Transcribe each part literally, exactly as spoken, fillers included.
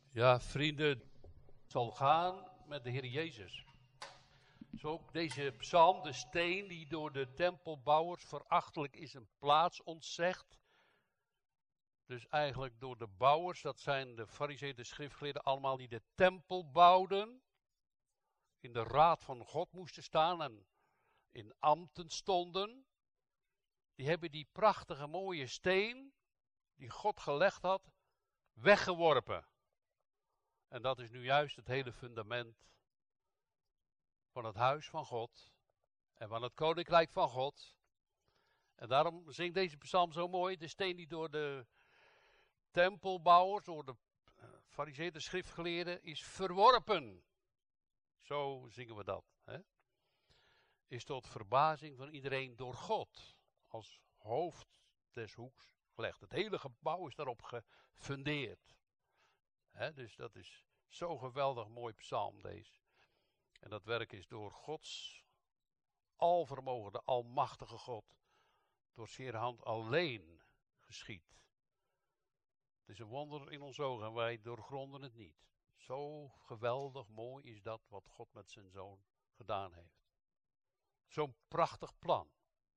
Ja, vrienden, het zal gaan met de Heer Jezus. Zo ook deze psalm, de steen die door de tempelbouwers verachtelijk is een plaats ontzegd. Dus eigenlijk door de bouwers, dat zijn de farizeeën, de schriftgeleerden allemaal die de tempel bouwden. In de raad van God moesten staan en in ambten stonden. Die hebben die prachtige mooie steen, die God gelegd had, weggeworpen. En dat is nu juist het hele fundament van het huis van God en van het koninkrijk van God. En daarom zingt deze psalm zo mooi, de steen die door de tempelbouwers, door de farizeeën, de schriftgeleerden, is verworpen. Zo zingen we dat. Hè? Is tot verbazing van iedereen door God als hoofd des hoeks gelegd. Het hele gebouw is daarop gefundeerd. Hè? Dus dat is zo'n geweldig mooi psalm deze. En dat werk is door Gods alvermogende, almachtige God, door zijn hand alleen geschied. Het is een wonder in ons ogen en wij doorgronden het niet. Zo geweldig mooi is dat wat God met zijn zoon gedaan heeft. Zo'n prachtig plan.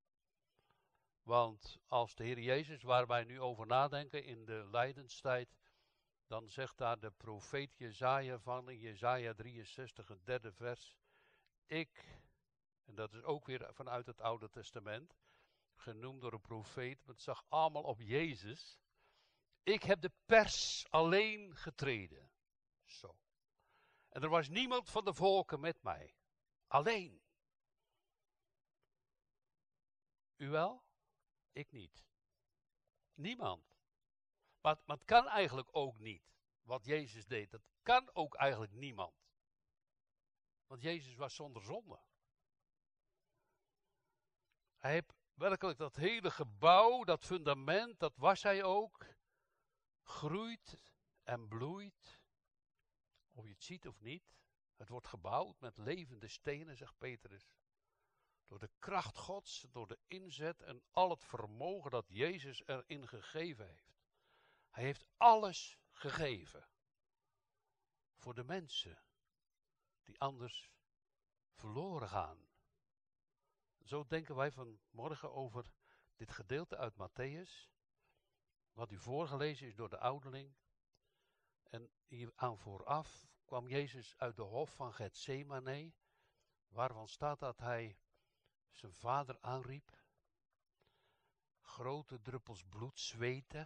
Want als de Heer Jezus, waar wij nu over nadenken in de lijdenstijd, dan zegt daar de profeet Jezaja van in Jezaja drieënzestig, het derde vers. Ik, en dat is ook weer vanuit het Oude Testament, genoemd door een profeet, maar het zag allemaal op Jezus. Ik heb de pers alleen getreden. Zo. En er was niemand van de volken met mij. Alleen. U wel? Ik niet. Niemand. Maar, maar het kan eigenlijk ook niet. Wat Jezus deed, dat kan ook eigenlijk niemand. Want Jezus was zonder zonde. Hij heeft werkelijk dat hele gebouw, dat fundament, dat was hij ook. Groeit en bloeit. Of je het ziet of niet. Het wordt gebouwd met levende stenen, zegt Petrus. Door de kracht Gods, door de inzet en al het vermogen dat Jezus erin gegeven heeft. Hij heeft alles gegeven. Voor de mensen die anders verloren gaan. Zo denken wij vanmorgen over dit gedeelte uit Mattheüs. Wat u voorgelezen is door de ouderling. En hier aan vooraf kwam Jezus uit de hof van Getsemane. Waarvan staat dat hij zijn vader aanriep. Grote druppels bloed zweette.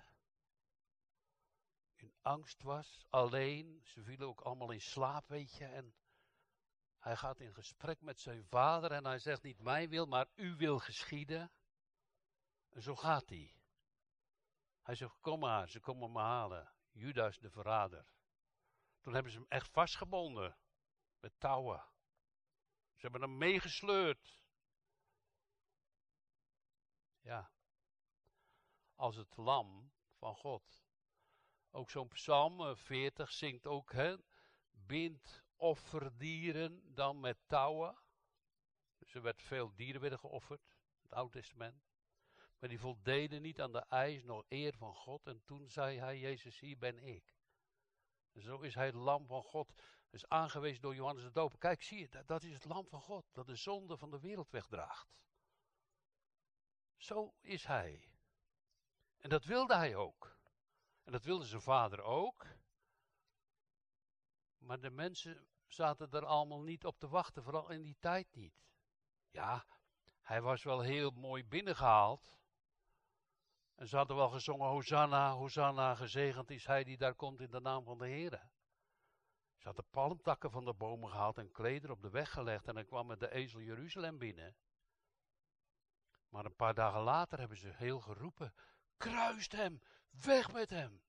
In angst was, alleen. Ze vielen ook allemaal in slaap, weet je. En hij gaat in gesprek met zijn vader en hij zegt niet mijn wil, maar uw wil geschieden. En zo gaat hij. Hij zegt, kom maar, ze komen me halen. Judas de verrader. Toen hebben ze hem echt vastgebonden. Met touwen. Ze hebben hem meegesleurd. Ja. Als het lam van God. Ook zo'n psalm veertig zingt ook, hè. Bind offerdieren dan met touwen. Dus er werd veel dieren werden geofferd. Het Oude Testament. Maar die voldeden niet aan de eis, nog eer van God. En toen zei hij, Jezus, hier ben ik. En zo is hij het lam van God. Dus aangewezen door Johannes de Doper. Kijk, zie je, dat, dat is het lam van God. Dat de zonde van de wereld wegdraagt. Zo is hij. En dat wilde hij ook. En dat wilde zijn vader ook. Maar de mensen zaten er allemaal niet op te wachten. Vooral in die tijd niet. Ja, hij was wel heel mooi binnengehaald. En ze hadden wel gezongen, Hosanna, Hosanna, gezegend is hij die daar komt in de naam van de Heer. Ze hadden palmtakken van de bomen gehaald en klederen op de weg gelegd en dan kwam met de ezel Jeruzalem binnen. Maar een paar dagen later hebben ze heel geroepen, kruist hem, weg met hem.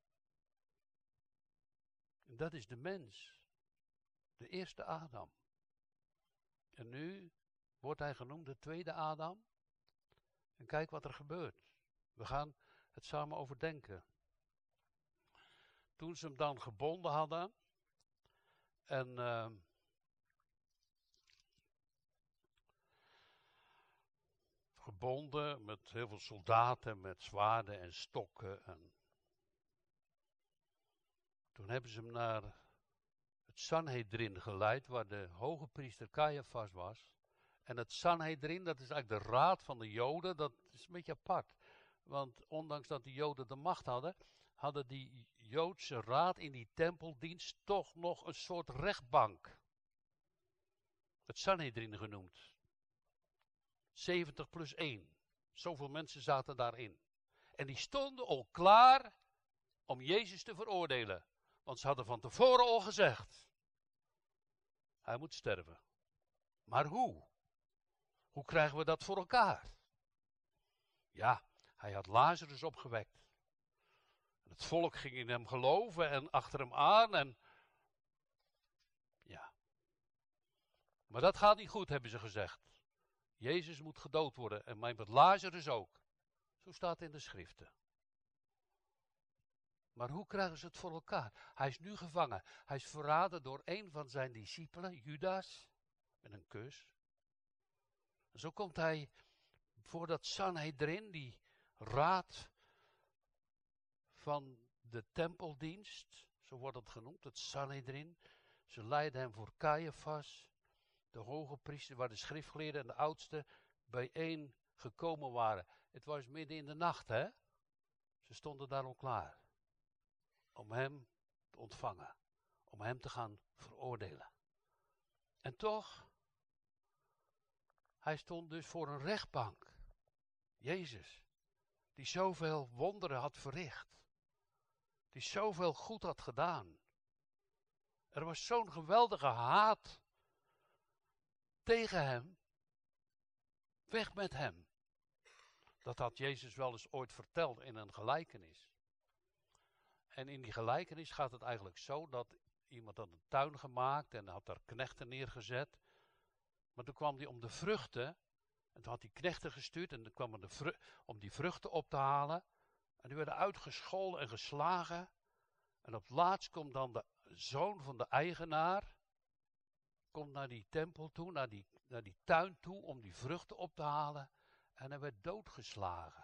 En dat is de mens, de eerste Adam. En nu wordt hij genoemd de tweede Adam. En kijk wat er gebeurt. We gaan het samen overdenken. Toen ze hem dan gebonden hadden. En uh, gebonden met heel veel soldaten, met zwaarden en stokken. En Toen hebben ze hem naar het Sanhedrin geleid, waar de hoge priester Caiaphas was. En het Sanhedrin, dat is eigenlijk de raad van de Joden, dat is een beetje apart. Want ondanks dat de Joden de macht hadden, hadden die Joodse raad in die tempeldienst toch nog een soort rechtbank. Het Sanhedrin genoemd. zeventig plus één. Zoveel mensen zaten daarin. En die stonden al klaar om Jezus te veroordelen. Want ze hadden van tevoren al gezegd: hij moet sterven. Maar hoe? Hoe krijgen we dat voor elkaar? Ja, hij had Lazarus opgewekt. Het volk ging in hem geloven en achter hem aan. En ja. Maar dat gaat niet goed, hebben ze gezegd. Jezus moet gedood worden en mijn Lazarus ook. Zo staat het in de schriften. Maar hoe krijgen ze het voor elkaar? Hij is nu gevangen. Hij is verraden door een van zijn discipelen, Judas, met een kus. Zo komt hij voor dat Sanhedrin, die raad van de tempeldienst, zo wordt het genoemd, het Sanhedrin. Ze leiden hem voor Caiaphas, de hoge priester, waar de schriftgeleerden en de oudsten bijeen gekomen waren. Het was midden in de nacht, hè? Ze stonden daarom klaar om hem te ontvangen, om hem te gaan veroordelen. En toch, hij stond dus voor een rechtbank. Jezus, die zoveel wonderen had verricht, die zoveel goed had gedaan. Er was zo'n geweldige haat tegen hem. Weg met hem. Dat had Jezus wel eens ooit verteld in een gelijkenis. En in die gelijkenis gaat het eigenlijk zo dat iemand had een tuin gemaakt en had daar knechten neergezet. Maar toen kwam hij om de vruchten. En toen had hij knechten gestuurd en toen kwam er de vru- om die vruchten op te halen. En die werden uitgescholden en geslagen. En op het laatst komt dan de zoon van de eigenaar. Komt naar die tempel toe, naar die, naar die tuin toe om die vruchten op te halen. En hij werd doodgeslagen.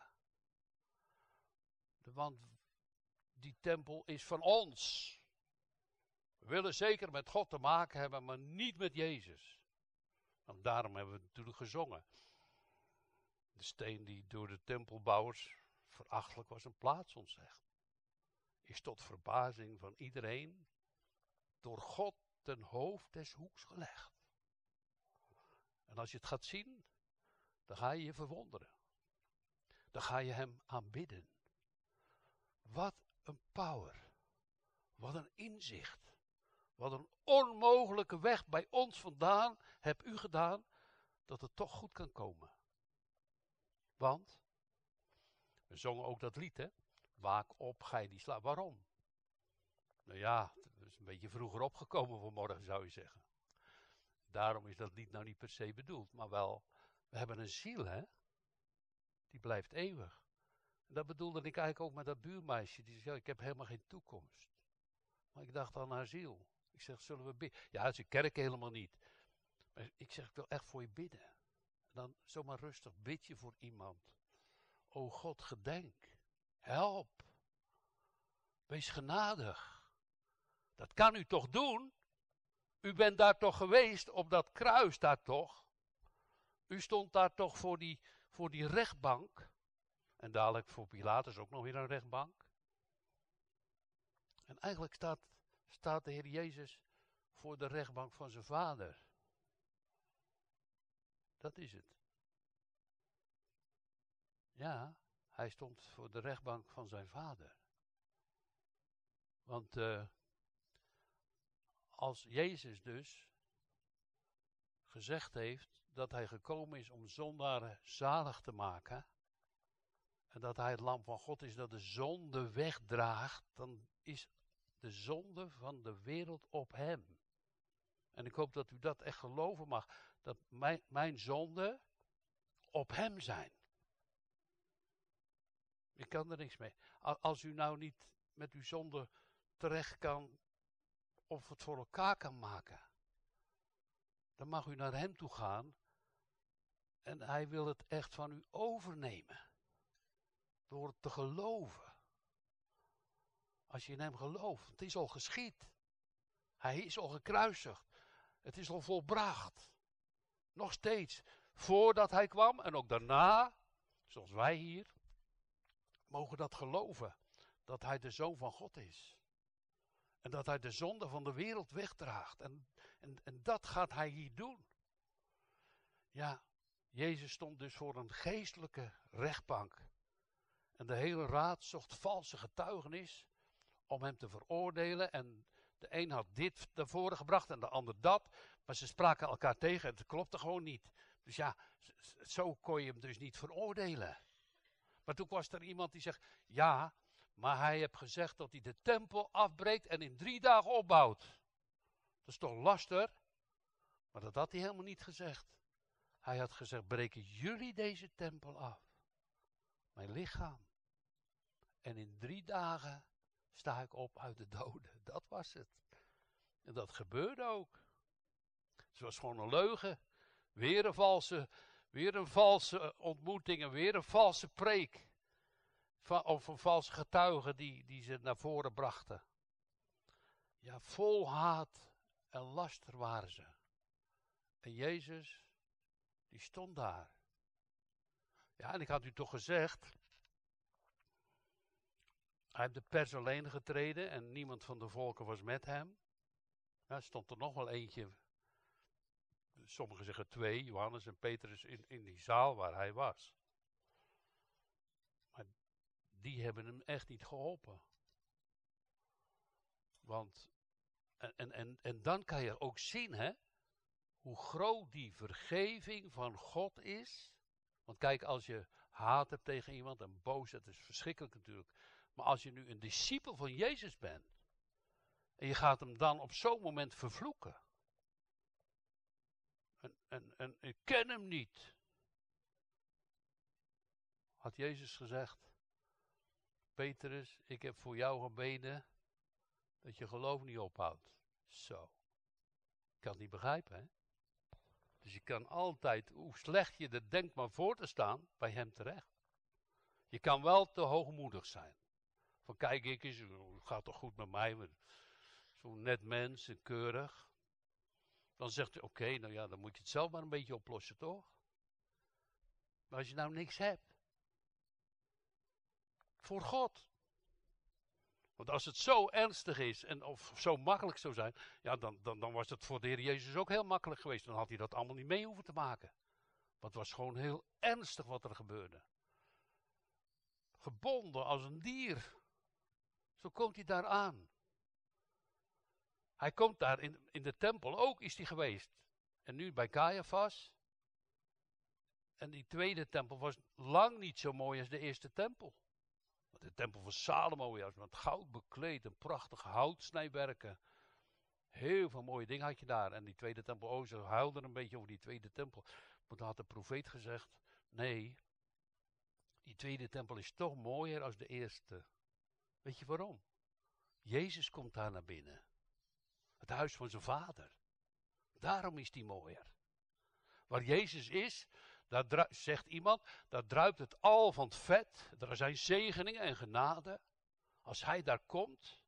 Want die tempel is van ons. We willen zeker met God te maken hebben, maar niet met Jezus. En daarom hebben we natuurlijk gezongen. De steen die door de tempelbouwers verachtelijk was een plaats ontzegd. Is tot verbazing van iedereen door God ten hoofd des hoeks gelegd. En als je het gaat zien, dan ga je je verwonderen. Dan ga je hem aanbidden. Wat een power. Wat een inzicht. Wat een onmogelijke weg bij ons vandaan heb u gedaan, dat het toch goed kan komen. Want, we zongen ook dat lied, hè. Waak op, gij die slaapt. Waarom? Nou ja, het is een beetje vroeger opgekomen vanmorgen, zou je zeggen. Daarom is dat lied nou niet per se bedoeld, maar wel, we hebben een ziel, hè. Die blijft eeuwig. En dat bedoelde ik eigenlijk ook met dat buurmeisje, die zei, ja, ik heb helemaal geen toekomst. Maar ik dacht aan haar ziel. Ik zeg, zullen we bidden? Ja, het is een kerk helemaal niet. Maar ik zeg, ik wil echt voor je bidden. En dan zomaar rustig bid je voor iemand. O God, gedenk. Help. Wees genadig. Dat kan u toch doen? U bent daar toch geweest op dat kruis daar toch? U stond daar toch voor die, voor die rechtbank? En dadelijk voor Pilatus ook nog weer een rechtbank. En eigenlijk staat, staat de Heer Jezus voor de rechtbank van zijn vader. Dat is het. Ja, hij stond voor de rechtbank van zijn vader. Want uh, als Jezus dus gezegd heeft dat hij gekomen is om zondaren zalig te maken, en dat hij het lam van God is dat de zonde wegdraagt, dan is de zonde van de wereld op hem. En ik hoop dat u dat echt geloven mag, dat mijn, mijn zonden op hem zijn. Ik kan er niks mee. Als u nou niet met uw zonde terecht kan, of het voor elkaar kan maken, dan mag u naar hem toe gaan en hij wil het echt van u overnemen. Door het te geloven. Als je in hem gelooft. Het is al geschied. Hij is al gekruisigd. Het is al volbracht. Nog steeds. Voordat hij kwam en ook daarna, zoals wij hier, mogen dat geloven. Dat hij de Zoon van God is. En dat hij de zonde van de wereld wegdraagt. En, en, en dat gaat hij hier doen. Ja, Jezus stond dus voor een geestelijke rechtbank. En de hele raad zocht valse getuigenis om hem te veroordelen. En de een had dit naar voren gebracht en de ander dat. Maar ze spraken elkaar tegen en het klopte gewoon niet. Dus ja, zo kon je hem dus niet veroordelen. Maar toen was er iemand die zegt, ja, maar hij heeft gezegd dat hij de tempel afbreekt en in drie dagen opbouwt. Dat is toch laster? Maar dat had hij helemaal niet gezegd. Hij had gezegd, breken jullie deze tempel af? Mijn lichaam. En in drie dagen sta ik op uit de doden. Dat was het. En dat gebeurde ook. Het was gewoon een leugen. Weer een valse, weer een valse ontmoeting en weer een valse preek. Van, of een valse getuige die, die ze naar voren brachten. Ja, vol haat en laster waren ze. En Jezus, die stond daar. Ja, en ik had u toch gezegd, hij heeft de pers alleen getreden en niemand van de volken was met hem. Ja, er stond er nog wel eentje, sommigen zeggen twee, Johannes en Petrus in, in die zaal waar hij was. Maar die hebben hem echt niet geholpen. Want, en, en, en, en dan kan je ook zien, hè, hoe groot die vergeving van God is. Want kijk, als je haat hebt tegen iemand en boos, dat is verschrikkelijk natuurlijk. Maar als je nu een discipel van Jezus bent, en je gaat hem dan op zo'n moment vervloeken. En, en, en ik ken hem niet. Had Jezus gezegd, Petrus, ik heb voor jou gebeden dat je geloof niet ophoudt. Zo. Ik kan het niet begrijpen, hè. Dus je kan altijd, hoe slecht je er denkt maar voor te staan, bij hem terecht. Je kan wel te hoogmoedig zijn. Van kijk ik eens, het gaat toch goed met mij. Zo'n net mens en keurig. Dan zegt hij, oké, okay, nou ja, dan moet je het zelf maar een beetje oplossen, toch? Maar als je nou niks hebt. Voor God. Want als het zo ernstig is en of zo makkelijk zou zijn, ja, dan, dan, dan was het voor de Heer Jezus ook heel makkelijk geweest. Dan had hij dat allemaal niet mee hoeven te maken. Want het was gewoon heel ernstig wat er gebeurde. Gebonden als een dier. Zo komt hij daar aan. Hij komt daar in, in de tempel ook, is hij geweest. En nu bij Caiaphas. En die tweede tempel was lang niet zo mooi als de eerste tempel. Want de tempel van Salomo juist met goud bekleed en prachtige houtsnijwerken. Heel veel mooie dingen had je daar. En die tweede tempel, oh, ze huilden een beetje over die tweede tempel. Maar dan had de profeet gezegd, nee, die tweede tempel is toch mooier als de eerste. Weet je waarom? Jezus komt daar naar binnen. Het huis van zijn vader. Daarom is die mooier. Waar Jezus is, daar dru- zegt iemand, daar druipt het al van het vet. Er zijn zegeningen en genade. Als hij daar komt,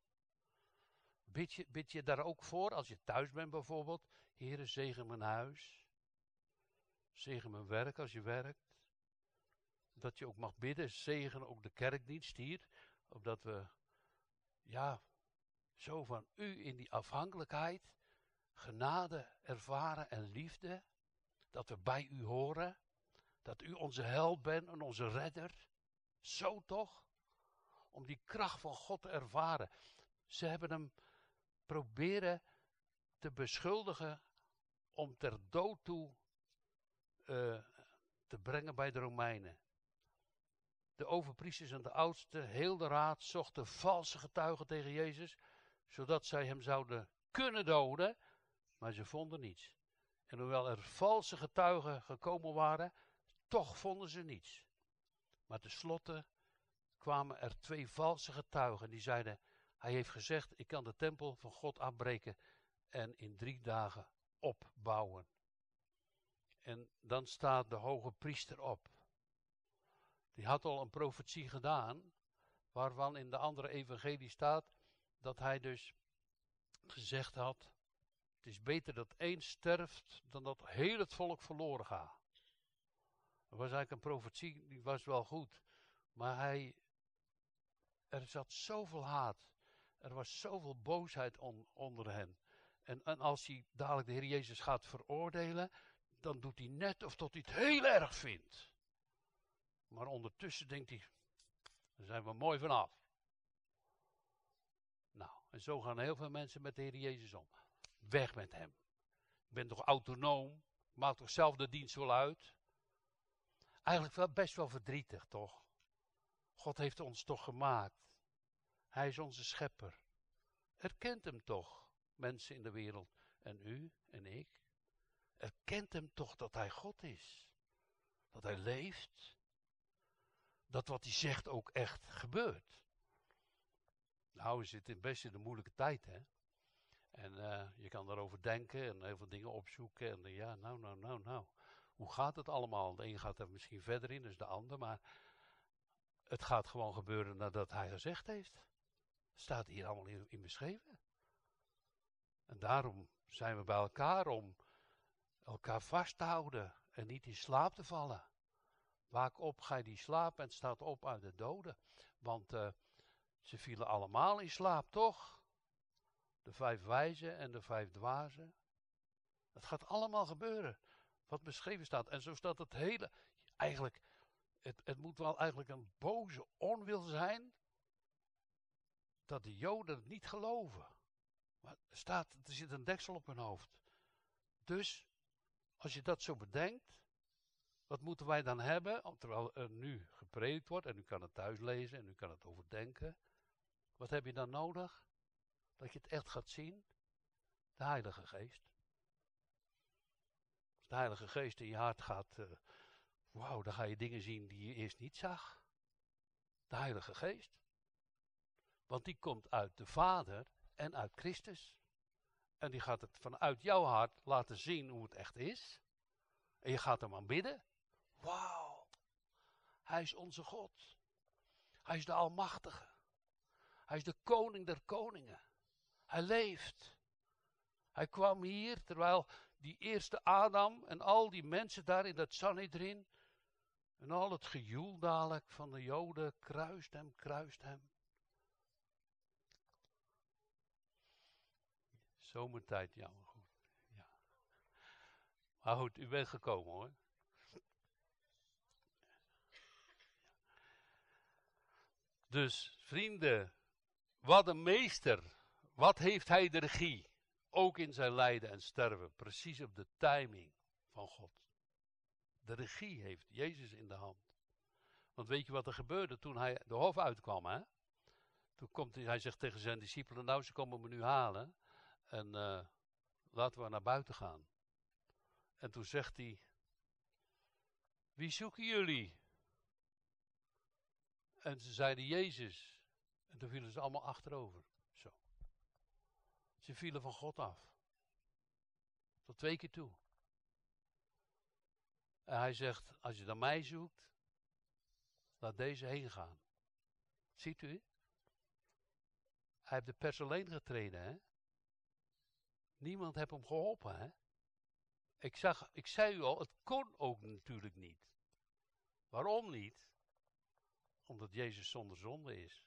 bid je, bid je daar ook voor, als je thuis bent bijvoorbeeld. Heere, zegen mijn huis. Zegen mijn werk als je werkt. Dat je ook mag bidden, zegen ook de kerkdienst hier. Opdat we, ja, zo van u in die afhankelijkheid, genade ervaren en liefde. Dat we bij u horen. Dat u onze held bent en onze redder. Zo toch? Om die kracht van God te ervaren. Ze hebben hem proberen te beschuldigen om ter dood toe uh, te brengen bij de Romeinen. De overpriesters en de oudsten, heel de raad, zochten valse getuigen tegen Jezus, zodat zij hem zouden kunnen doden, maar ze vonden niets. En hoewel er valse getuigen gekomen waren, toch vonden ze niets. Maar tenslotte kwamen er twee valse getuigen die zeiden, hij heeft gezegd, ik kan de tempel van God afbreken en in drie dagen opbouwen. En dan staat de hoge priester op. Die had al een profetie gedaan, waarvan in de andere evangelie staat dat hij dus gezegd had, het is beter dat één sterft dan dat heel het volk verloren gaat. Dat was eigenlijk een profetie, die was wel goed. Maar hij, er zat zoveel haat. Er was zoveel boosheid on, onder hen. En, en als hij dadelijk de Heer Jezus gaat veroordelen, dan doet hij net of dat hij het heel erg vindt. Maar ondertussen denkt hij, daar zijn we mooi vanaf. Nou, en zo gaan heel veel mensen met de Heer Jezus om. Weg met hem. Ik ben toch autonoom? Ik maak toch zelf de dienst wel uit? Eigenlijk wel best wel verdrietig, toch? God heeft ons toch gemaakt. Hij is onze schepper. Erkent hem toch, mensen in de wereld. En u en ik. Erkent hem toch dat hij God is. Dat hij leeft. Dat wat hij zegt ook echt gebeurt. Nou, we zitten best in een moeilijke tijd, hè. En uh, je kan daarover denken en heel veel dingen opzoeken. En uh, ja, nou, nou, nou, nou. Hoe gaat het allemaal? De een gaat er misschien verder in, dus de ander. Maar het gaat gewoon gebeuren nadat hij gezegd heeft. Staat hier allemaal in, in beschreven. En daarom zijn we bij elkaar om elkaar vast te houden en niet in slaap te vallen. Waak op, gij die slaapt en staat op uit de doden. Want uh, ze vielen allemaal in slaap, toch? De vijf wijzen en de vijf dwazen. Het gaat allemaal gebeuren. Wat beschreven staat. En zo staat het hele. Eigenlijk. Het, het moet wel eigenlijk een boze onwil zijn. Dat de Joden het niet geloven. Maar er staat. Er zit een deksel op hun hoofd. Dus. Als je dat zo bedenkt. Wat moeten wij dan hebben? Terwijl er nu gepredikt wordt. En u kan het thuis lezen. En u kan het overdenken. Wat heb je dan nodig? Dat je het echt gaat zien. De Heilige Geest. Als de Heilige Geest in je hart gaat. Uh, Wauw, dan ga je dingen zien die je eerst niet zag. De Heilige Geest. Want die komt uit de Vader en uit Christus. En die gaat het vanuit jouw hart laten zien hoe het echt is. En je gaat hem aanbidden. Wauw. Hij is onze God. Hij is de Almachtige. Hij is de koning der koningen. Hij leeft. Hij kwam hier terwijl die eerste Adam en al die mensen daar in dat Sanhedrin en al het gejoel dadelijk van de Joden kruist hem, kruist hem. Zomertijd, jammer goed. Ja. Maar goed, u bent gekomen hoor. Dus vrienden, wat een meester. Wat heeft hij de regie? Ook in zijn lijden en sterven. Precies op de timing van God. De regie heeft Jezus in de hand. Want weet je wat er gebeurde toen hij de hof uitkwam? Hè? Toen komt hij, hij zegt tegen zijn discipelen, nou ze komen me nu halen. En uh, laten we naar buiten gaan. En toen zegt hij, wie zoeken jullie? En ze zeiden Jezus. En toen vielen ze allemaal achterover. Zo. Ze vielen van God af. Tot twee keer toe. En hij zegt, als je dan mij zoekt, laat deze heen gaan. Ziet u? Hij heeft de pers alleen getreden, hè? Niemand heeft hem geholpen, hè? Ik, zag, ik zei u al, het kon ook natuurlijk niet. Waarom niet? Omdat Jezus zonder zonde is.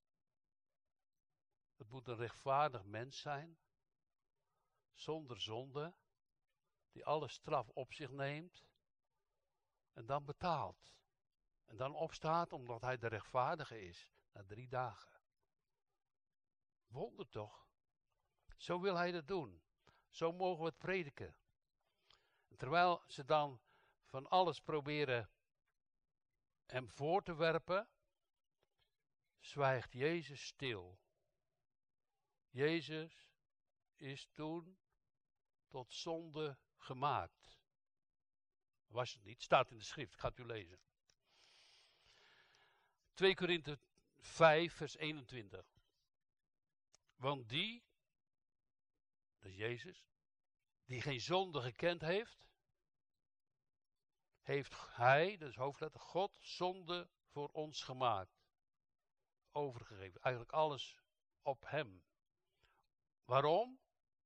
Het moet een rechtvaardig mens zijn, zonder zonde, die alle straf op zich neemt en dan betaalt. En dan opstaat omdat hij de rechtvaardige is, na drie dagen. Wonder toch? Zo wil hij dat doen. Zo mogen we het prediken. En terwijl ze dan van alles proberen hem voor te werpen, zwijgt Jezus stil. Jezus is toen tot zonde gemaakt. Was het niet? Staat in de schrift. Ik ga het u lezen. twee Korinthe vijf vers eenentwintig. Want die, dat is Jezus, die geen zonde gekend heeft, heeft hij, dat is hoofdletter, God, zonde voor ons gemaakt. overgegeven. Eigenlijk alles op hem. Waarom?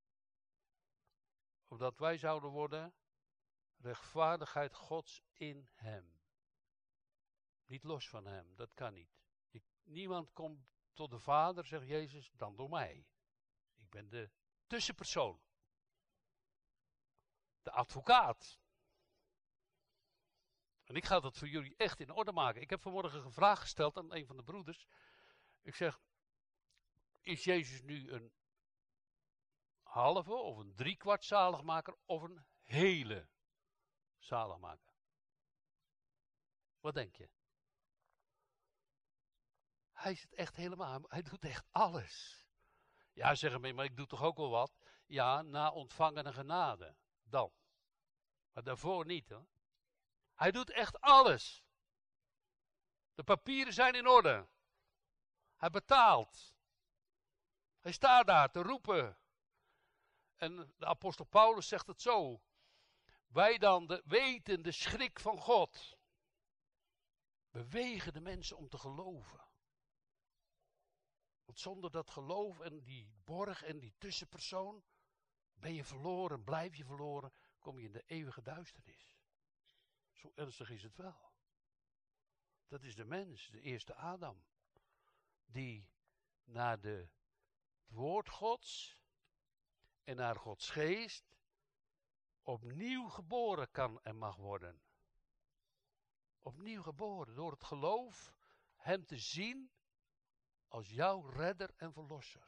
Opdat wij zouden worden rechtvaardigheid Gods in hem. Niet los van hem, dat kan niet. Je, niemand komt tot de Vader, zegt Jezus, dan door mij. Ik ben de tussenpersoon. De advocaat. En ik ga dat voor jullie echt in orde maken. Ik heb vanmorgen een vraag gesteld aan een van de broeders. Ik zeg, is Jezus nu een halve of een driekwart zaligmaker of een hele zaligmaker? Wat denk je? Hij is het echt helemaal, hij doet echt alles. Ja, zeggen we, maar ik doe toch ook wel wat? Ja, na ontvangene genade. Dan. Maar daarvoor niet, hoor. Hij doet echt alles. De papieren zijn in orde. Hij betaalt. Hij staat daar te roepen. En de apostel Paulus zegt het zo. Wij dan de, weten de schrik van God. Bewegen de mensen om te geloven. Want zonder dat geloof en die borg en die tussenpersoon ben je verloren, blijf je verloren, kom je in de eeuwige duisternis. Zo ernstig is het wel. Dat is de mens, de eerste Adam, die naar de, het woord Gods en naar Gods geest opnieuw geboren kan en mag worden. Opnieuw geboren door het geloof hem te zien als jouw redder en verlosser.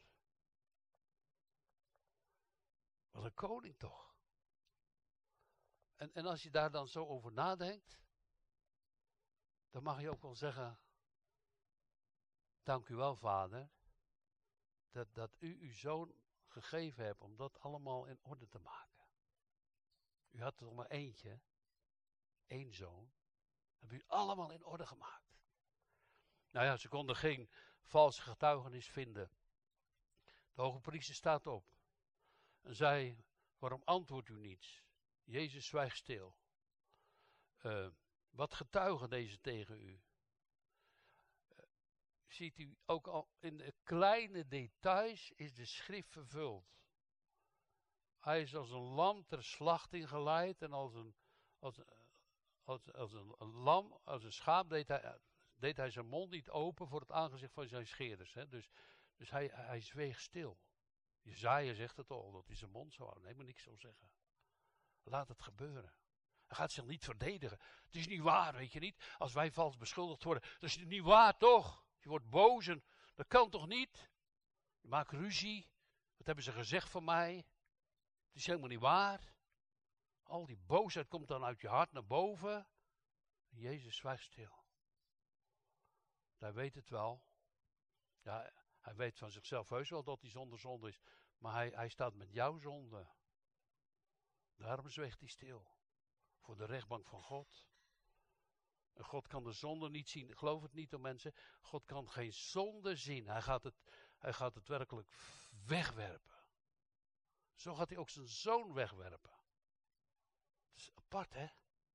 Wat een koning toch. En, en als je daar dan zo over nadenkt, dan mag je ook wel zeggen, dank u wel, Vader, dat, dat u uw zoon gegeven hebt om dat allemaal in orde te maken. U had er nog maar eentje, één zoon, heb u allemaal in orde gemaakt. Nou ja, ze konden geen valse getuigenis vinden. De hoge priester staat op en zei, waarom antwoordt u niets? Jezus zwijgt stil. Uh, wat getuigen deze tegen u? Uh, ziet u, ook al in de kleine details is de schrift vervuld. Hij is als een lam ter slachting geleid en als een, als, als, als een, een lam, als een schaap deed hij, deed hij zijn mond niet open voor het aangezicht van zijn scheerders. Hè? Dus, dus hij, hij zweeg stil. Jesaja zegt het al, dat hij zijn mond zou houden. Nee, maar niks zou zeggen. Laat het gebeuren. Hij gaat zich niet verdedigen. Het is niet waar, weet je niet. Als wij vals beschuldigd worden. Dat is niet waar, toch? Je wordt boos en dat kan toch niet? Je maakt ruzie. Wat hebben ze gezegd van mij? Het is helemaal niet waar. Al die boosheid komt dan uit je hart naar boven. Jezus zwijgt stil. Hij weet het wel. Ja, hij weet van zichzelf heus wel dat hij zonder zonde is. Maar hij, hij staat met jouw zonde. Daarom zweegt hij stil. Voor de rechtbank van God. En God kan de zonde niet zien. Geloof het niet, hoor mensen. God kan geen zonde zien. Hij gaat het, hij gaat het werkelijk wegwerpen. Zo gaat hij ook zijn zoon wegwerpen. Dat is apart, hè?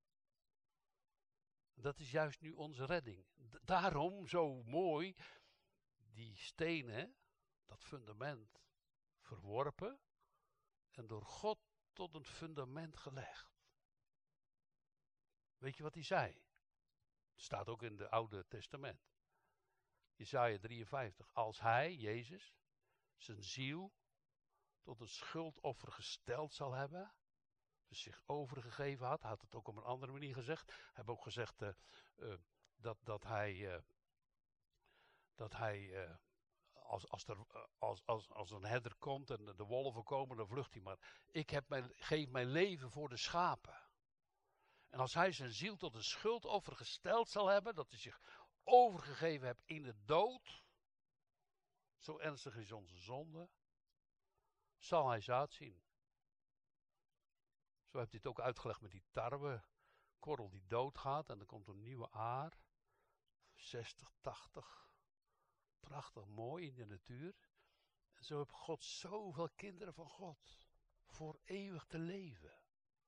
Dat is juist nu onze redding. D- daarom zo mooi die stenen, dat fundament, verworpen en door God tot een fundament gelegd. Weet je wat hij zei? Het staat ook in het Oude Testament. Jesaja drieënvijftig. Als hij, Jezus, zijn ziel tot een schuldoffer gesteld zal hebben, dus zich overgegeven had, had het ook op een andere manier gezegd. Hij heeft ook gezegd uh, uh, dat, dat hij, uh, dat hij uh, als, als, er, uh, als, als, als een herder komt en de wolven komen, dan vlucht hij maar. Ik heb mijn, geef mijn leven voor de schapen. En als hij zijn ziel tot een schuldoffer gesteld zal hebben, dat hij zich overgegeven hebt in de dood, zo ernstig is onze zonde, zal hij zaad zien. Zo heeft hij het ook uitgelegd met die tarwekorrel die doodgaat en dan komt een nieuwe aar, zestig, tachtig, prachtig mooi in de natuur. En zo heeft God zoveel kinderen van God voor eeuwig te leven.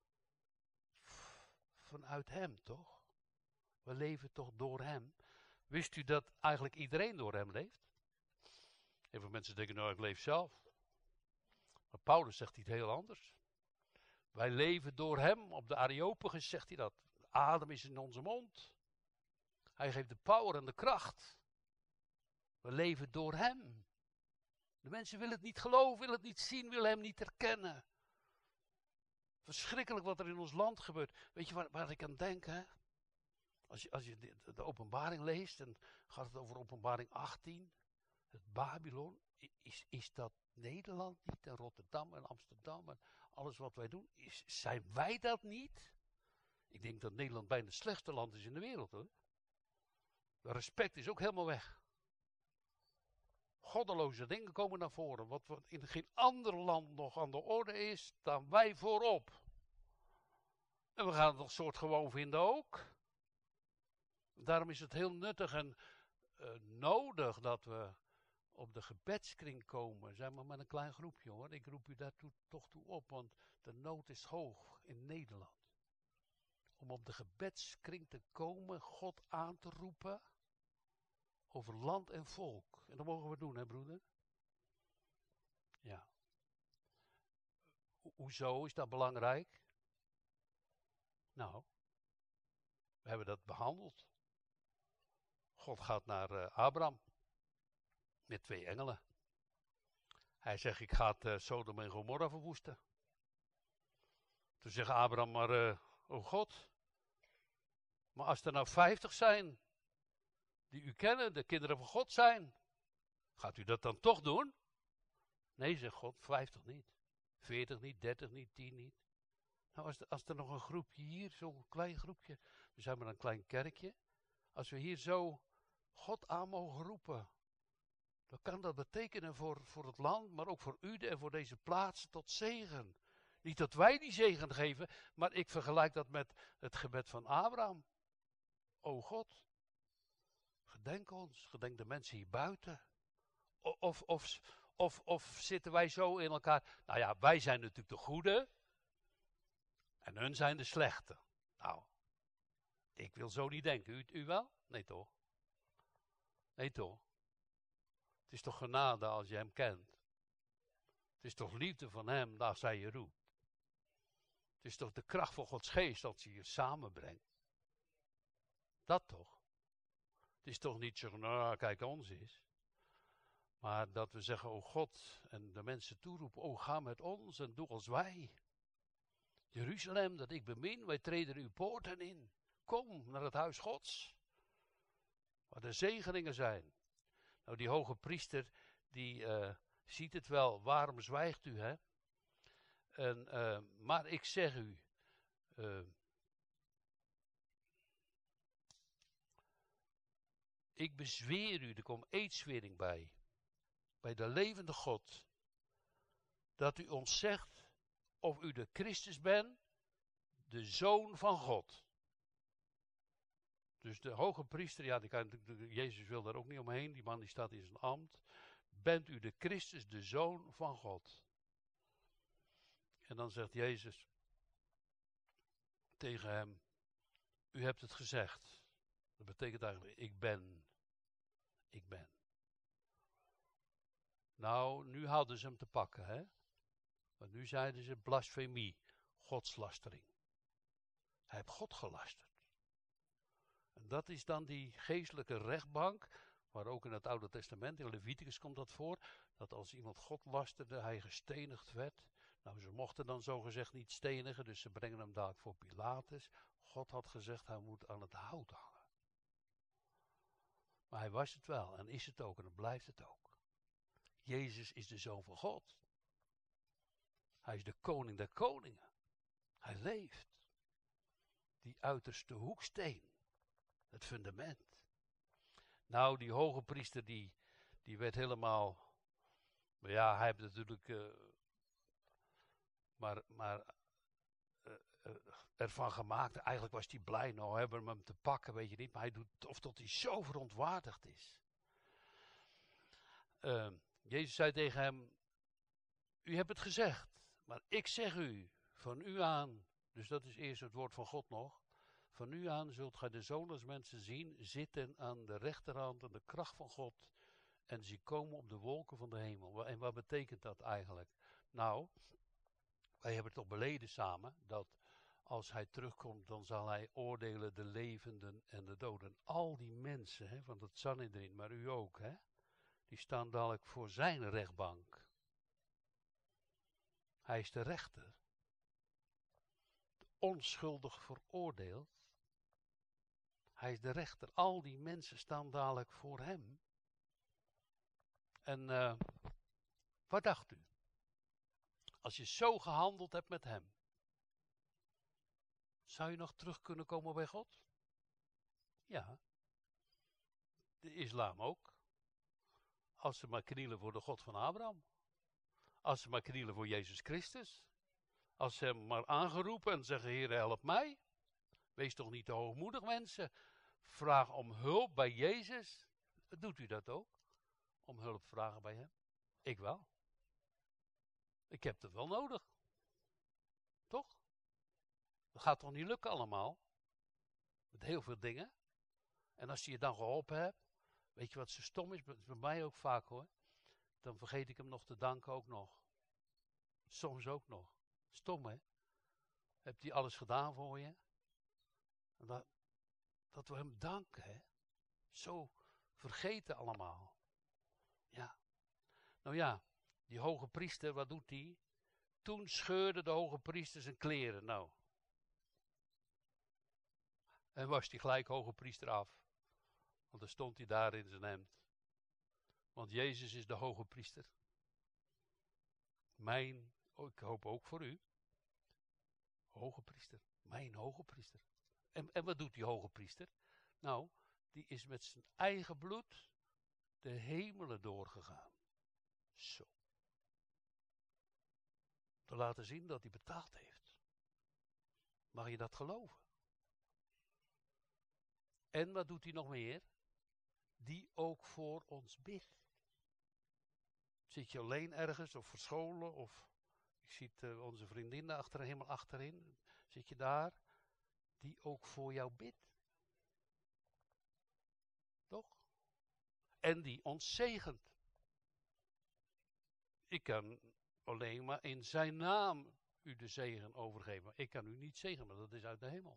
Vanuit hem, toch? We leven toch door hem. Wist u dat eigenlijk iedereen door hem leeft? Heel veel mensen denken, nou ik leef zelf. Maar Paulus zegt iets heel anders. Wij leven door hem. Op de Areopagus zegt hij dat. Adem is in onze mond. Hij geeft de power en de kracht. We leven door hem. De mensen willen het niet geloven, willen het niet zien, willen hem niet herkennen. Verschrikkelijk wat er in ons land gebeurt. Weet je waar, waar ik aan denk, hè? Als je, als je de, de openbaring leest, en gaat het over openbaring achttien. Het Babylon, is, is dat Nederland niet? En Rotterdam en Amsterdam en alles wat wij doen. Is, zijn wij dat niet? Ik denk dat Nederland bijna het slechtste land is in de wereld, hoor. De respect is ook helemaal weg. Goddeloze dingen komen naar voren. Wat, wat in geen ander land nog aan de orde is, staan wij voorop. En we gaan het nog soort gewoon vinden ook. Daarom is het heel nuttig en uh, nodig dat we op de gebedskring komen. Zeg maar met een klein groepje, hoor. Ik roep u daartoe toch toe op, want de nood is hoog in Nederland. Om op de gebedskring te komen, God aan te roepen over land en volk. En dat mogen we doen, hè broeder? Ja. Ho- hoezo is dat belangrijk? Nou, we hebben dat behandeld. God gaat naar uh, Abraham met twee engelen. Hij zegt, ik ga het uh, Sodom en Gomorra verwoesten. Toen zegt Abraham, maar, uh, oh God, maar als er nou vijftig zijn die u kennen, de kinderen van God zijn, gaat u dat dan toch doen? Nee, zegt God, vijftig niet. veertig niet, dertig niet, tien niet. Nou, als, de, als er nog een groepje hier, zo'n klein groepje, we zijn maar een klein kerkje. Als we hier zo God aan mogen roepen, dan kan dat betekenen voor, voor het land, maar ook voor u en voor deze plaats tot zegen. Niet dat wij die zegen geven, maar ik vergelijk dat met het gebed van Abraham. O God, gedenk ons, gedenk de mensen hier buiten. Of, of, of, of zitten wij zo in elkaar? Nou ja, wij zijn natuurlijk de goede en hun zijn de slechte. Nou, ik wil zo niet denken. U, u wel? Nee toch? Nee toch? Het is toch genade als je hem kent? Het is toch liefde van hem als hij je roept? Het is toch de kracht van Gods geest als hij je samenbrengt? Dat toch? Het is toch niet zo, nou kijk ons is. Maar dat we zeggen, oh God, en de mensen toeroepen, oh ga met ons en doe als wij. Jeruzalem, dat ik bemin, wij treden uw poorten in. Kom naar het huis Gods. Waar de zegeningen zijn. Nou, die hoge priester, die uh, ziet het wel. Waarom zwijgt u, hè? En, uh, maar ik zeg u, uh, ik bezweer u, er komt eedswering bij, bij de levende God, dat u ons zegt of u de Christus bent, de Zoon van God. Dus de hoge priester, ja, die kan, Jezus wil daar ook niet omheen, die man die staat in zijn ambt. Bent u de Christus, de Zoon van God? En dan zegt Jezus tegen hem, u hebt het gezegd. Dat betekent eigenlijk, ik ben, ik ben. Nou, nu hadden ze hem te pakken, hè. Want nu zeiden ze blasfemie, godslastering. Hij heeft God gelasterd. En dat is dan die geestelijke rechtbank, waar ook in het Oude Testament, in Leviticus komt dat voor, dat als iemand God lasterde, hij gestenigd werd. Nou, ze mochten dan zogezegd niet stenigen, dus ze brengen hem dadelijk voor Pilatus. God had gezegd, hij moet aan het hout hangen. Maar hij was het wel, en is het ook, en dan blijft het ook. Jezus is de Zoon van God. Hij is de koning der koningen. Hij leeft. Die uiterste hoeksteen. Het fundament. Nou, die hoge priester, die, die werd helemaal... Maar ja, hij heeft natuurlijk... Uh, maar maar uh, uh, ervan gemaakt. Eigenlijk was hij blij. Nou hebben we hem te pakken, weet je niet. Maar hij doet of tot hij zo verontwaardigd is. Uh, Jezus zei tegen hem... U hebt het gezegd. Maar ik zeg u, van u aan... Dus dat is eerst het woord van God nog. Van nu aan zult gij de zoon als mensen zien zitten aan de rechterhand en de kracht van God. En ze komen op de wolken van de hemel. En wat betekent dat eigenlijk? Nou, wij hebben toch beleden samen dat als hij terugkomt, dan zal hij oordelen de levenden en de doden. Al die mensen, hè, van dat Sanhedrin, maar u ook, hè, die staan dadelijk voor zijn rechtbank. Hij is de rechter. Onschuldig veroordeeld. Hij is de rechter. Al die mensen staan dadelijk voor hem. En uh, wat dacht u? Als je zo gehandeld hebt met hem, zou je nog terug kunnen komen bij God? Ja. De islam ook. Als ze maar knielen voor de God van Abraham. Als ze maar knielen voor Jezus Christus. Als ze hem maar aangeroepen en zeggen, Heer, help mij. Wees toch niet te hoogmoedig, mensen. Vraag om hulp bij Jezus. Doet u dat ook? Om hulp vragen bij hem? Ik wel. Ik heb het wel nodig. Toch? Dat gaat toch niet lukken allemaal? Met heel veel dingen. En als hij je dan geholpen hebt, weet je wat zo stom is? Bij mij ook vaak hoor. Dan vergeet ik hem nog te danken ook nog. Soms ook nog. Stom hè? Hebt hij alles gedaan voor je? En dat, dat we hem danken hè? Zo vergeten allemaal. Ja. Nou ja, die hoge priester, wat doet hij? Toen scheurde de hoge priester zijn kleren. Nou. En was hij gelijk hoge priester af. Want dan stond hij daar in zijn hemd. Want Jezus is de hoge priester. Mijn, oh, ik hoop ook voor u. Hoge priester. Mijn hoge priester. En, en wat doet die hoge priester? Nou, die is met zijn eigen bloed de hemelen doorgegaan. Zo. Te laten zien dat hij betaald heeft. Mag je dat geloven? En wat doet hij nog meer? Die ook voor ons bidt. Zit je alleen ergens of verscholen of ik zie uh, onze vriendin daar achter, helemaal achterin. Zit je daar? Die ook voor jou bidt. Toch? En die ons zegent. Ik kan alleen maar in zijn naam u de zegen overgeven. Ik kan u niet zegenen, maar dat is uit de hemel.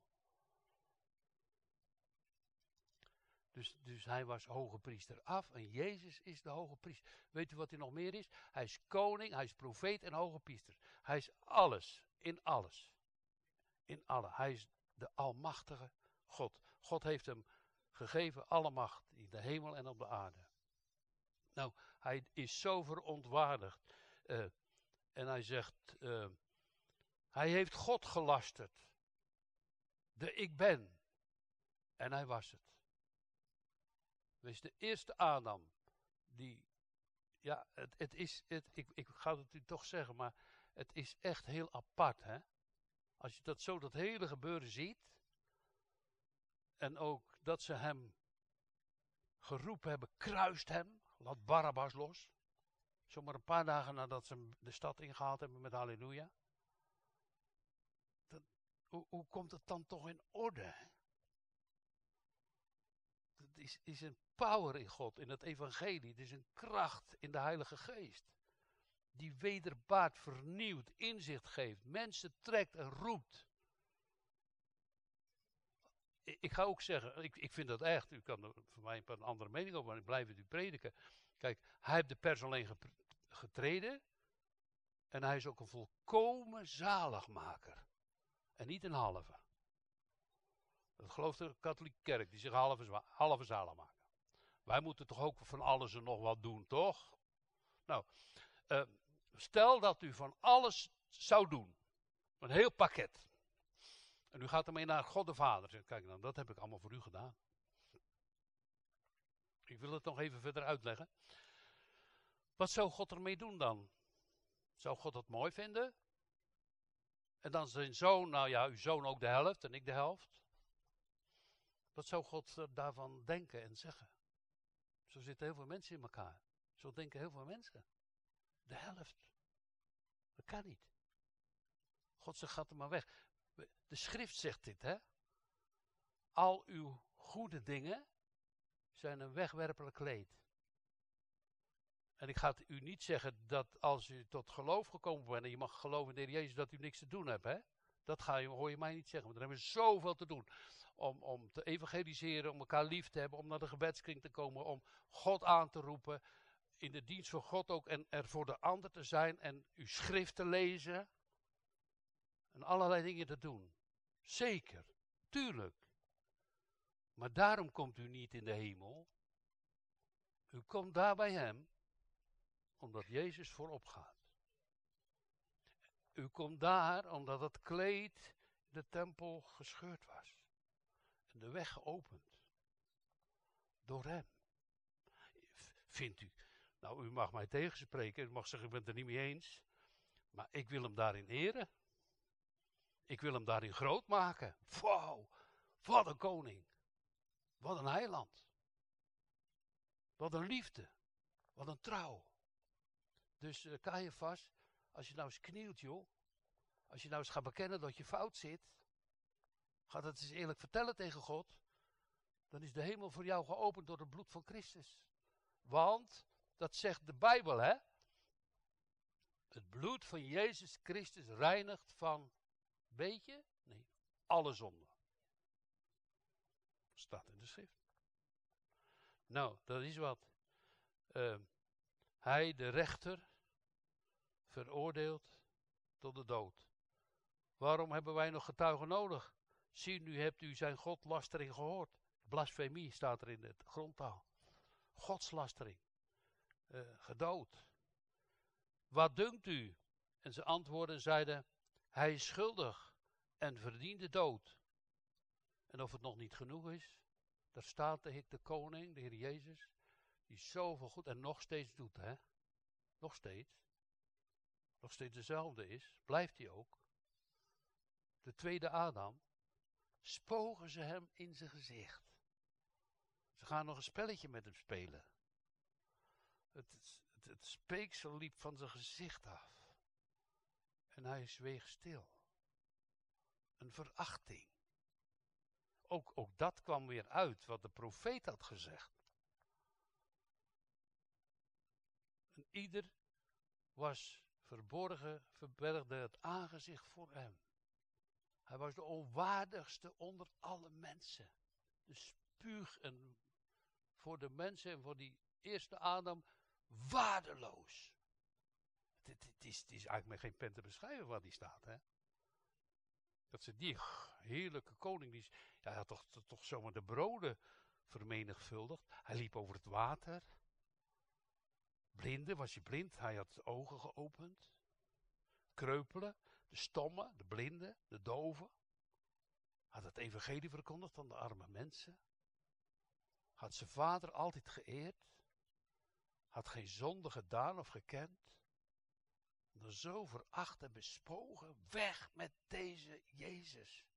Dus, dus hij was hoge priester af en Jezus is de hoge priester. Weet u wat hij nog meer is? Hij is koning, hij is profeet en hoge priester. Hij is alles, in alles. In alle. Hij is de almachtige God. God heeft hem gegeven alle macht in de hemel en op de aarde. Nou, hij is zo verontwaardigd. Uh, en hij zegt, uh, hij heeft God gelasterd. De ik ben. En hij was het. Wees de eerste Adam die, ja, het, het is, het, ik, ik ga het u toch zeggen, maar het is echt heel apart, hè. Als je dat zo, dat hele gebeuren ziet, en ook dat ze hem geroepen hebben, kruist hem, laat Barabbas los. Zomaar een paar dagen nadat ze de stad ingehaald hebben met halleluja. Dat, hoe, hoe komt het dan toch in orde, hè? Het is, is een power in God, in het evangelie. Het is een kracht in de Heilige Geest. Die wederbaart, vernieuwt, inzicht geeft. Mensen trekt en roept. Ik, ik ga ook zeggen, ik, ik vind dat echt. U kan er voor mij een andere mening over, maar ik blijf het u prediken. Kijk, hij heeft de pers alleen getreden. En hij is ook een volkomen zaligmaker. En niet een halve. Dat gelooft de katholieke kerk, die zich halve, halve zalig maken. Wij moeten toch ook van alles en nog wat doen, toch? Nou, uh, stel dat u van alles zou doen. Een heel pakket. En u gaat ermee naar God de Vader. Zegt, kijk nou, dat heb ik allemaal voor u gedaan. Ik wil het nog even verder uitleggen. Wat zou God ermee doen dan? Zou God dat mooi vinden? En dan zijn zoon, nou ja, uw zoon ook de helft en ik de helft. Wat zou God uh, daarvan denken en zeggen? Zo zitten heel veel mensen in elkaar. Zo denken heel veel mensen. De helft. Dat kan niet. God zegt, gaat er maar weg. De schrift zegt dit, hè. al uw goede dingen zijn een wegwerpelijk kleed. En ik ga het u niet zeggen dat als u tot geloof gekomen bent en je mag geloven in de Heer Jezus, dat u niks te doen hebt. Hè? Dat ga je, hoor je mij niet zeggen, want dan hebben we zoveel te doen. Om, om te evangeliseren, om elkaar lief te hebben, om naar de gebedskring te komen, om God aan te roepen. In de dienst van God ook en er voor de ander te zijn en uw schrift te lezen. En allerlei dingen te doen. Zeker, tuurlijk. Maar daarom komt u niet in de hemel. U komt daar bij hem, omdat Jezus voorop gaat. U komt daar omdat het kleed in de tempel gescheurd was. En de weg geopend. Door hem. Vindt u, nou u mag mij tegenspreken, u mag zeggen ik ben het er niet mee eens. Maar ik wil hem daarin eren. Ik wil hem daarin groot maken. Wauw, wat een koning. Wat een heiland. Wat een liefde. Wat een trouw. Dus uh, Caiaphas, als je nou eens knielt joh. Als je nou eens gaat bekennen dat je fout zit. Ga dat eens eerlijk vertellen tegen God. Dan is de hemel voor jou geopend door het bloed van Christus. Want, dat zegt de Bijbel hè. Het bloed van Jezus Christus reinigt van, beetje? Nee, alle zonden. Staat in de schrift. Nou, dat is wat. Uh, hij, de rechter, veroordeelt tot de dood. Waarom hebben wij nog getuigen nodig? Zie, nu hebt u zijn godlastering gehoord. Blasfemie staat er in de grondtaal. Godslastering. Uh, gedood. Wat dunkt u? En ze antwoordden en zeiden, hij is schuldig en verdient de dood. En of het nog niet genoeg is, daar staat de, de koning, de Heer Jezus, die zoveel goed en nog steeds doet, hè? Nog steeds. Nog steeds dezelfde is, blijft hij ook. De tweede Adam, spogen ze hem in zijn gezicht. Ze gaan nog een spelletje met hem spelen. Het, het, het speeksel liep van zijn gezicht af. En hij zweeg stil. Een verachting. Ook, ook dat kwam weer uit wat de profeet had gezegd. En ieder was verborgen, verbergde het aangezicht voor hem. Hij was de onwaardigste onder alle mensen. De spuug en voor de mensen en voor die eerste Adam waardeloos. Het, het, is, het is eigenlijk met geen pen te beschrijven wat die staat, hè. Dat ze die heerlijke koning, die, ja, hij had toch, toch, toch zomaar de broden vermenigvuldigd. Hij liep over het water. Blinde, was hij blind? Hij had de ogen geopend. Kreupelen, de stommen, de blinden, de doven. Had het evangelie verkondigd aan de arme mensen. Had zijn vader altijd geëerd. Had geen zonde gedaan of gekend. Dan zo veracht en bespogen, weg met deze Jezus.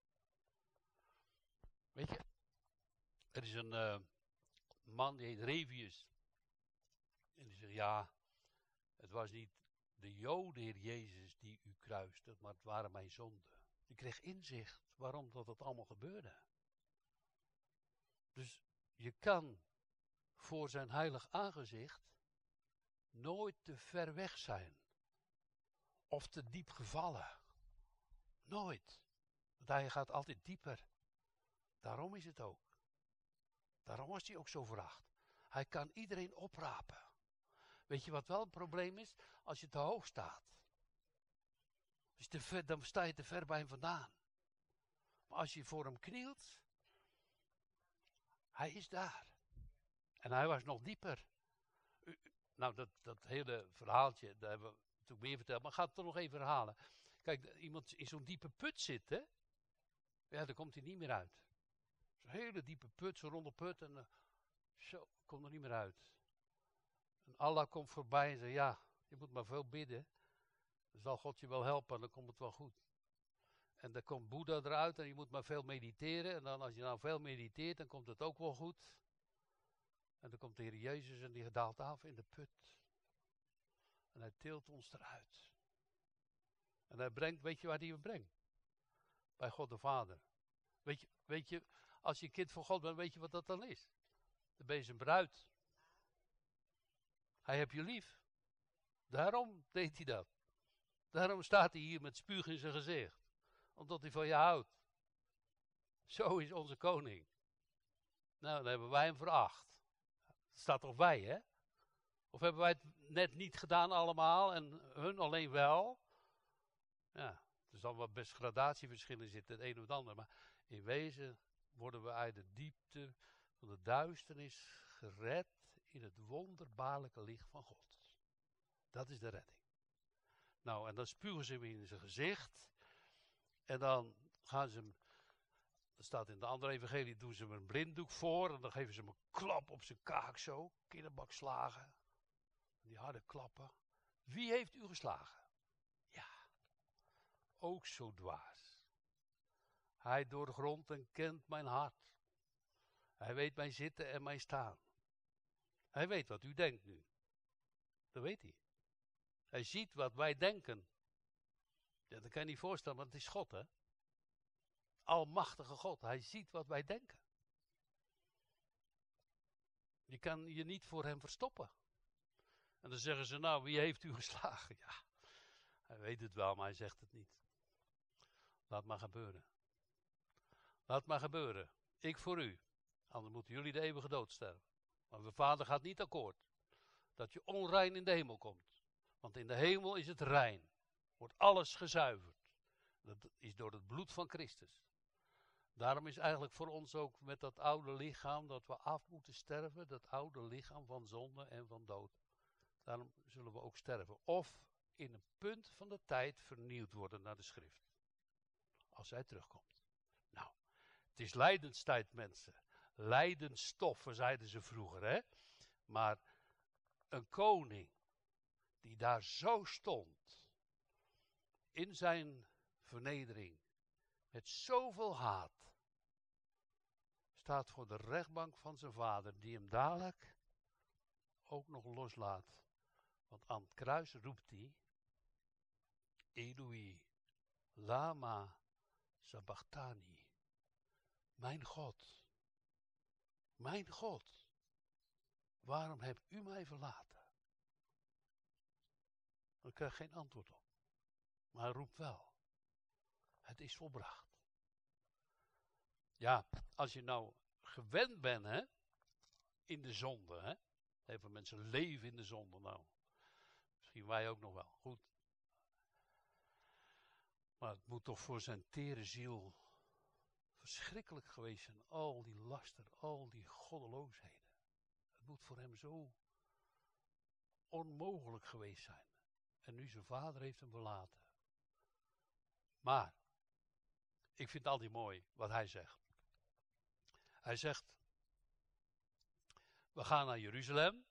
Weet je, er is een uh, man die heet Revius. En die zegt, ja, het was niet de Joden, Heer Jezus, die u kruiste, maar het waren mijn zonden. Die kreeg inzicht waarom dat het allemaal gebeurde. Dus je kan voor zijn heilig aangezicht nooit te ver weg zijn. Of te diep gevallen. Nooit. Want hij gaat altijd dieper. Daarom is het ook. Daarom was hij ook zo veracht. Hij kan iedereen oprapen. Weet je wat wel een probleem is? Als je te hoog staat. Als je te ver, dan sta je te ver bij hem vandaan. Maar als je voor hem knielt. Hij is daar. En hij was nog dieper. U, nou, dat, dat hele verhaaltje, daar hebben we natuurlijk meer verteld, maar ik ga het toch nog even herhalen. Kijk, iemand in zo'n diepe put zit, hè? Ja, dan komt hij niet meer uit. Zo'n hele diepe put, zo'n ronde put, en uh, zo, komt er niet meer uit. En Allah komt voorbij en zegt, ja, je moet maar veel bidden. Dan zal God je wel helpen en dan komt het wel goed. En dan komt Boeddha eruit en je moet maar veel mediteren. En dan als je nou veel mediteert, dan komt het ook wel goed. En dan komt de Heer Jezus en die daalt af in de put. En hij tilt ons eruit. En hij brengt, weet je waar hij hem brengt? Bij God de Vader. Weet je, weet je, Als je een kind van God bent, weet je wat dat dan is. Dan ben je zijn bruid. Hij heeft je lief. Daarom deed hij dat. Daarom staat hij hier met spuug in zijn gezicht. Omdat hij van je houdt. Zo is onze koning. Nou, dan hebben wij hem veracht. Het staat toch wij, hè? Of hebben wij het net niet gedaan allemaal en hun alleen wel? Ja, er zal wel best gradatieverschillen zitten, het een of het ander. Maar in wezen worden we uit de diepte van de duisternis gered in het wonderbaarlijke licht van God. Dat is de redding. Nou, en dan spugen ze hem in zijn gezicht. En dan gaan ze hem, dat staat in de andere evangelie, doen ze hem een blinddoek voor. En dan geven ze hem een klap op zijn kaak zo. Kinderbakslagen. Die harde klappen. Wie heeft u geslagen? Ja, ook zo dwaas. Hij doorgrondt en kent mijn hart. Hij weet mijn zitten en mijn staan. Hij weet wat u denkt nu. Dat weet hij. Hij ziet wat wij denken. Ja, dat kan je niet voorstellen, want het is God, hè? Almachtige God. Hij ziet wat wij denken. Je kan je niet voor hem verstoppen. En dan zeggen ze, nou, wie heeft u geslagen? Ja, hij weet het wel, maar hij zegt het niet. Laat maar gebeuren. Laat maar gebeuren. Ik voor u. Anders moeten jullie de eeuwige dood sterven. Maar mijn vader gaat niet akkoord. Dat je onrein in de hemel komt. Want in de hemel is het rein. Wordt alles gezuiverd. Dat is door het bloed van Christus. Daarom is eigenlijk voor ons ook met dat oude lichaam dat we af moeten sterven. Dat oude lichaam van zonde en van dood. Daarom zullen we ook sterven. Of in een punt van de tijd vernieuwd worden naar de schrift. Als hij terugkomt. Nou, het is lijdenstijd, mensen. Lijdenstoffen, zeiden ze vroeger, hè. Maar een koning die daar zo stond. In zijn vernedering. Met zoveel haat. Staat voor de rechtbank van zijn vader. Die hem dadelijk ook nog loslaat. Want aan het kruis roept hij. Eloi, lama sabachthani. Mijn God. Mijn God. Waarom hebt u mij verlaten? Dan krijg je geen antwoord op. Maar hij roept wel. Het is volbracht. Ja, als je nou gewend bent, hè, in de zonde, hè. Heel veel mensen leven in de zonde, nou. Misschien wij ook nog wel, goed. Maar het moet toch voor zijn tere ziel verschrikkelijk geweest zijn. Al die laster, al die goddeloosheden. Het moet voor hem zo onmogelijk geweest zijn. En nu zijn vader heeft hem verlaten. Maar, ik vind het altijd mooi wat hij zegt. Hij zegt, we gaan naar Jeruzalem.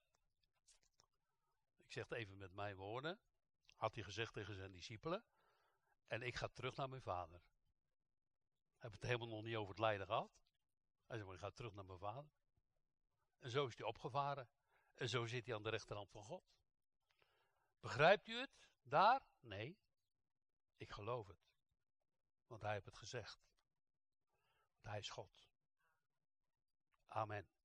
Ik zeg het even met mijn woorden. Had hij gezegd tegen zijn discipelen. En ik ga terug naar mijn vader. Hij heeft het helemaal nog niet over het lijden gehad. Hij zegt, maar ik ga terug naar mijn vader. En zo is hij opgevaren. En zo zit hij aan de rechterhand van God. Begrijpt u het? Daar? Nee. Ik geloof het. Want hij heeft het gezegd. Want hij is God. Amen.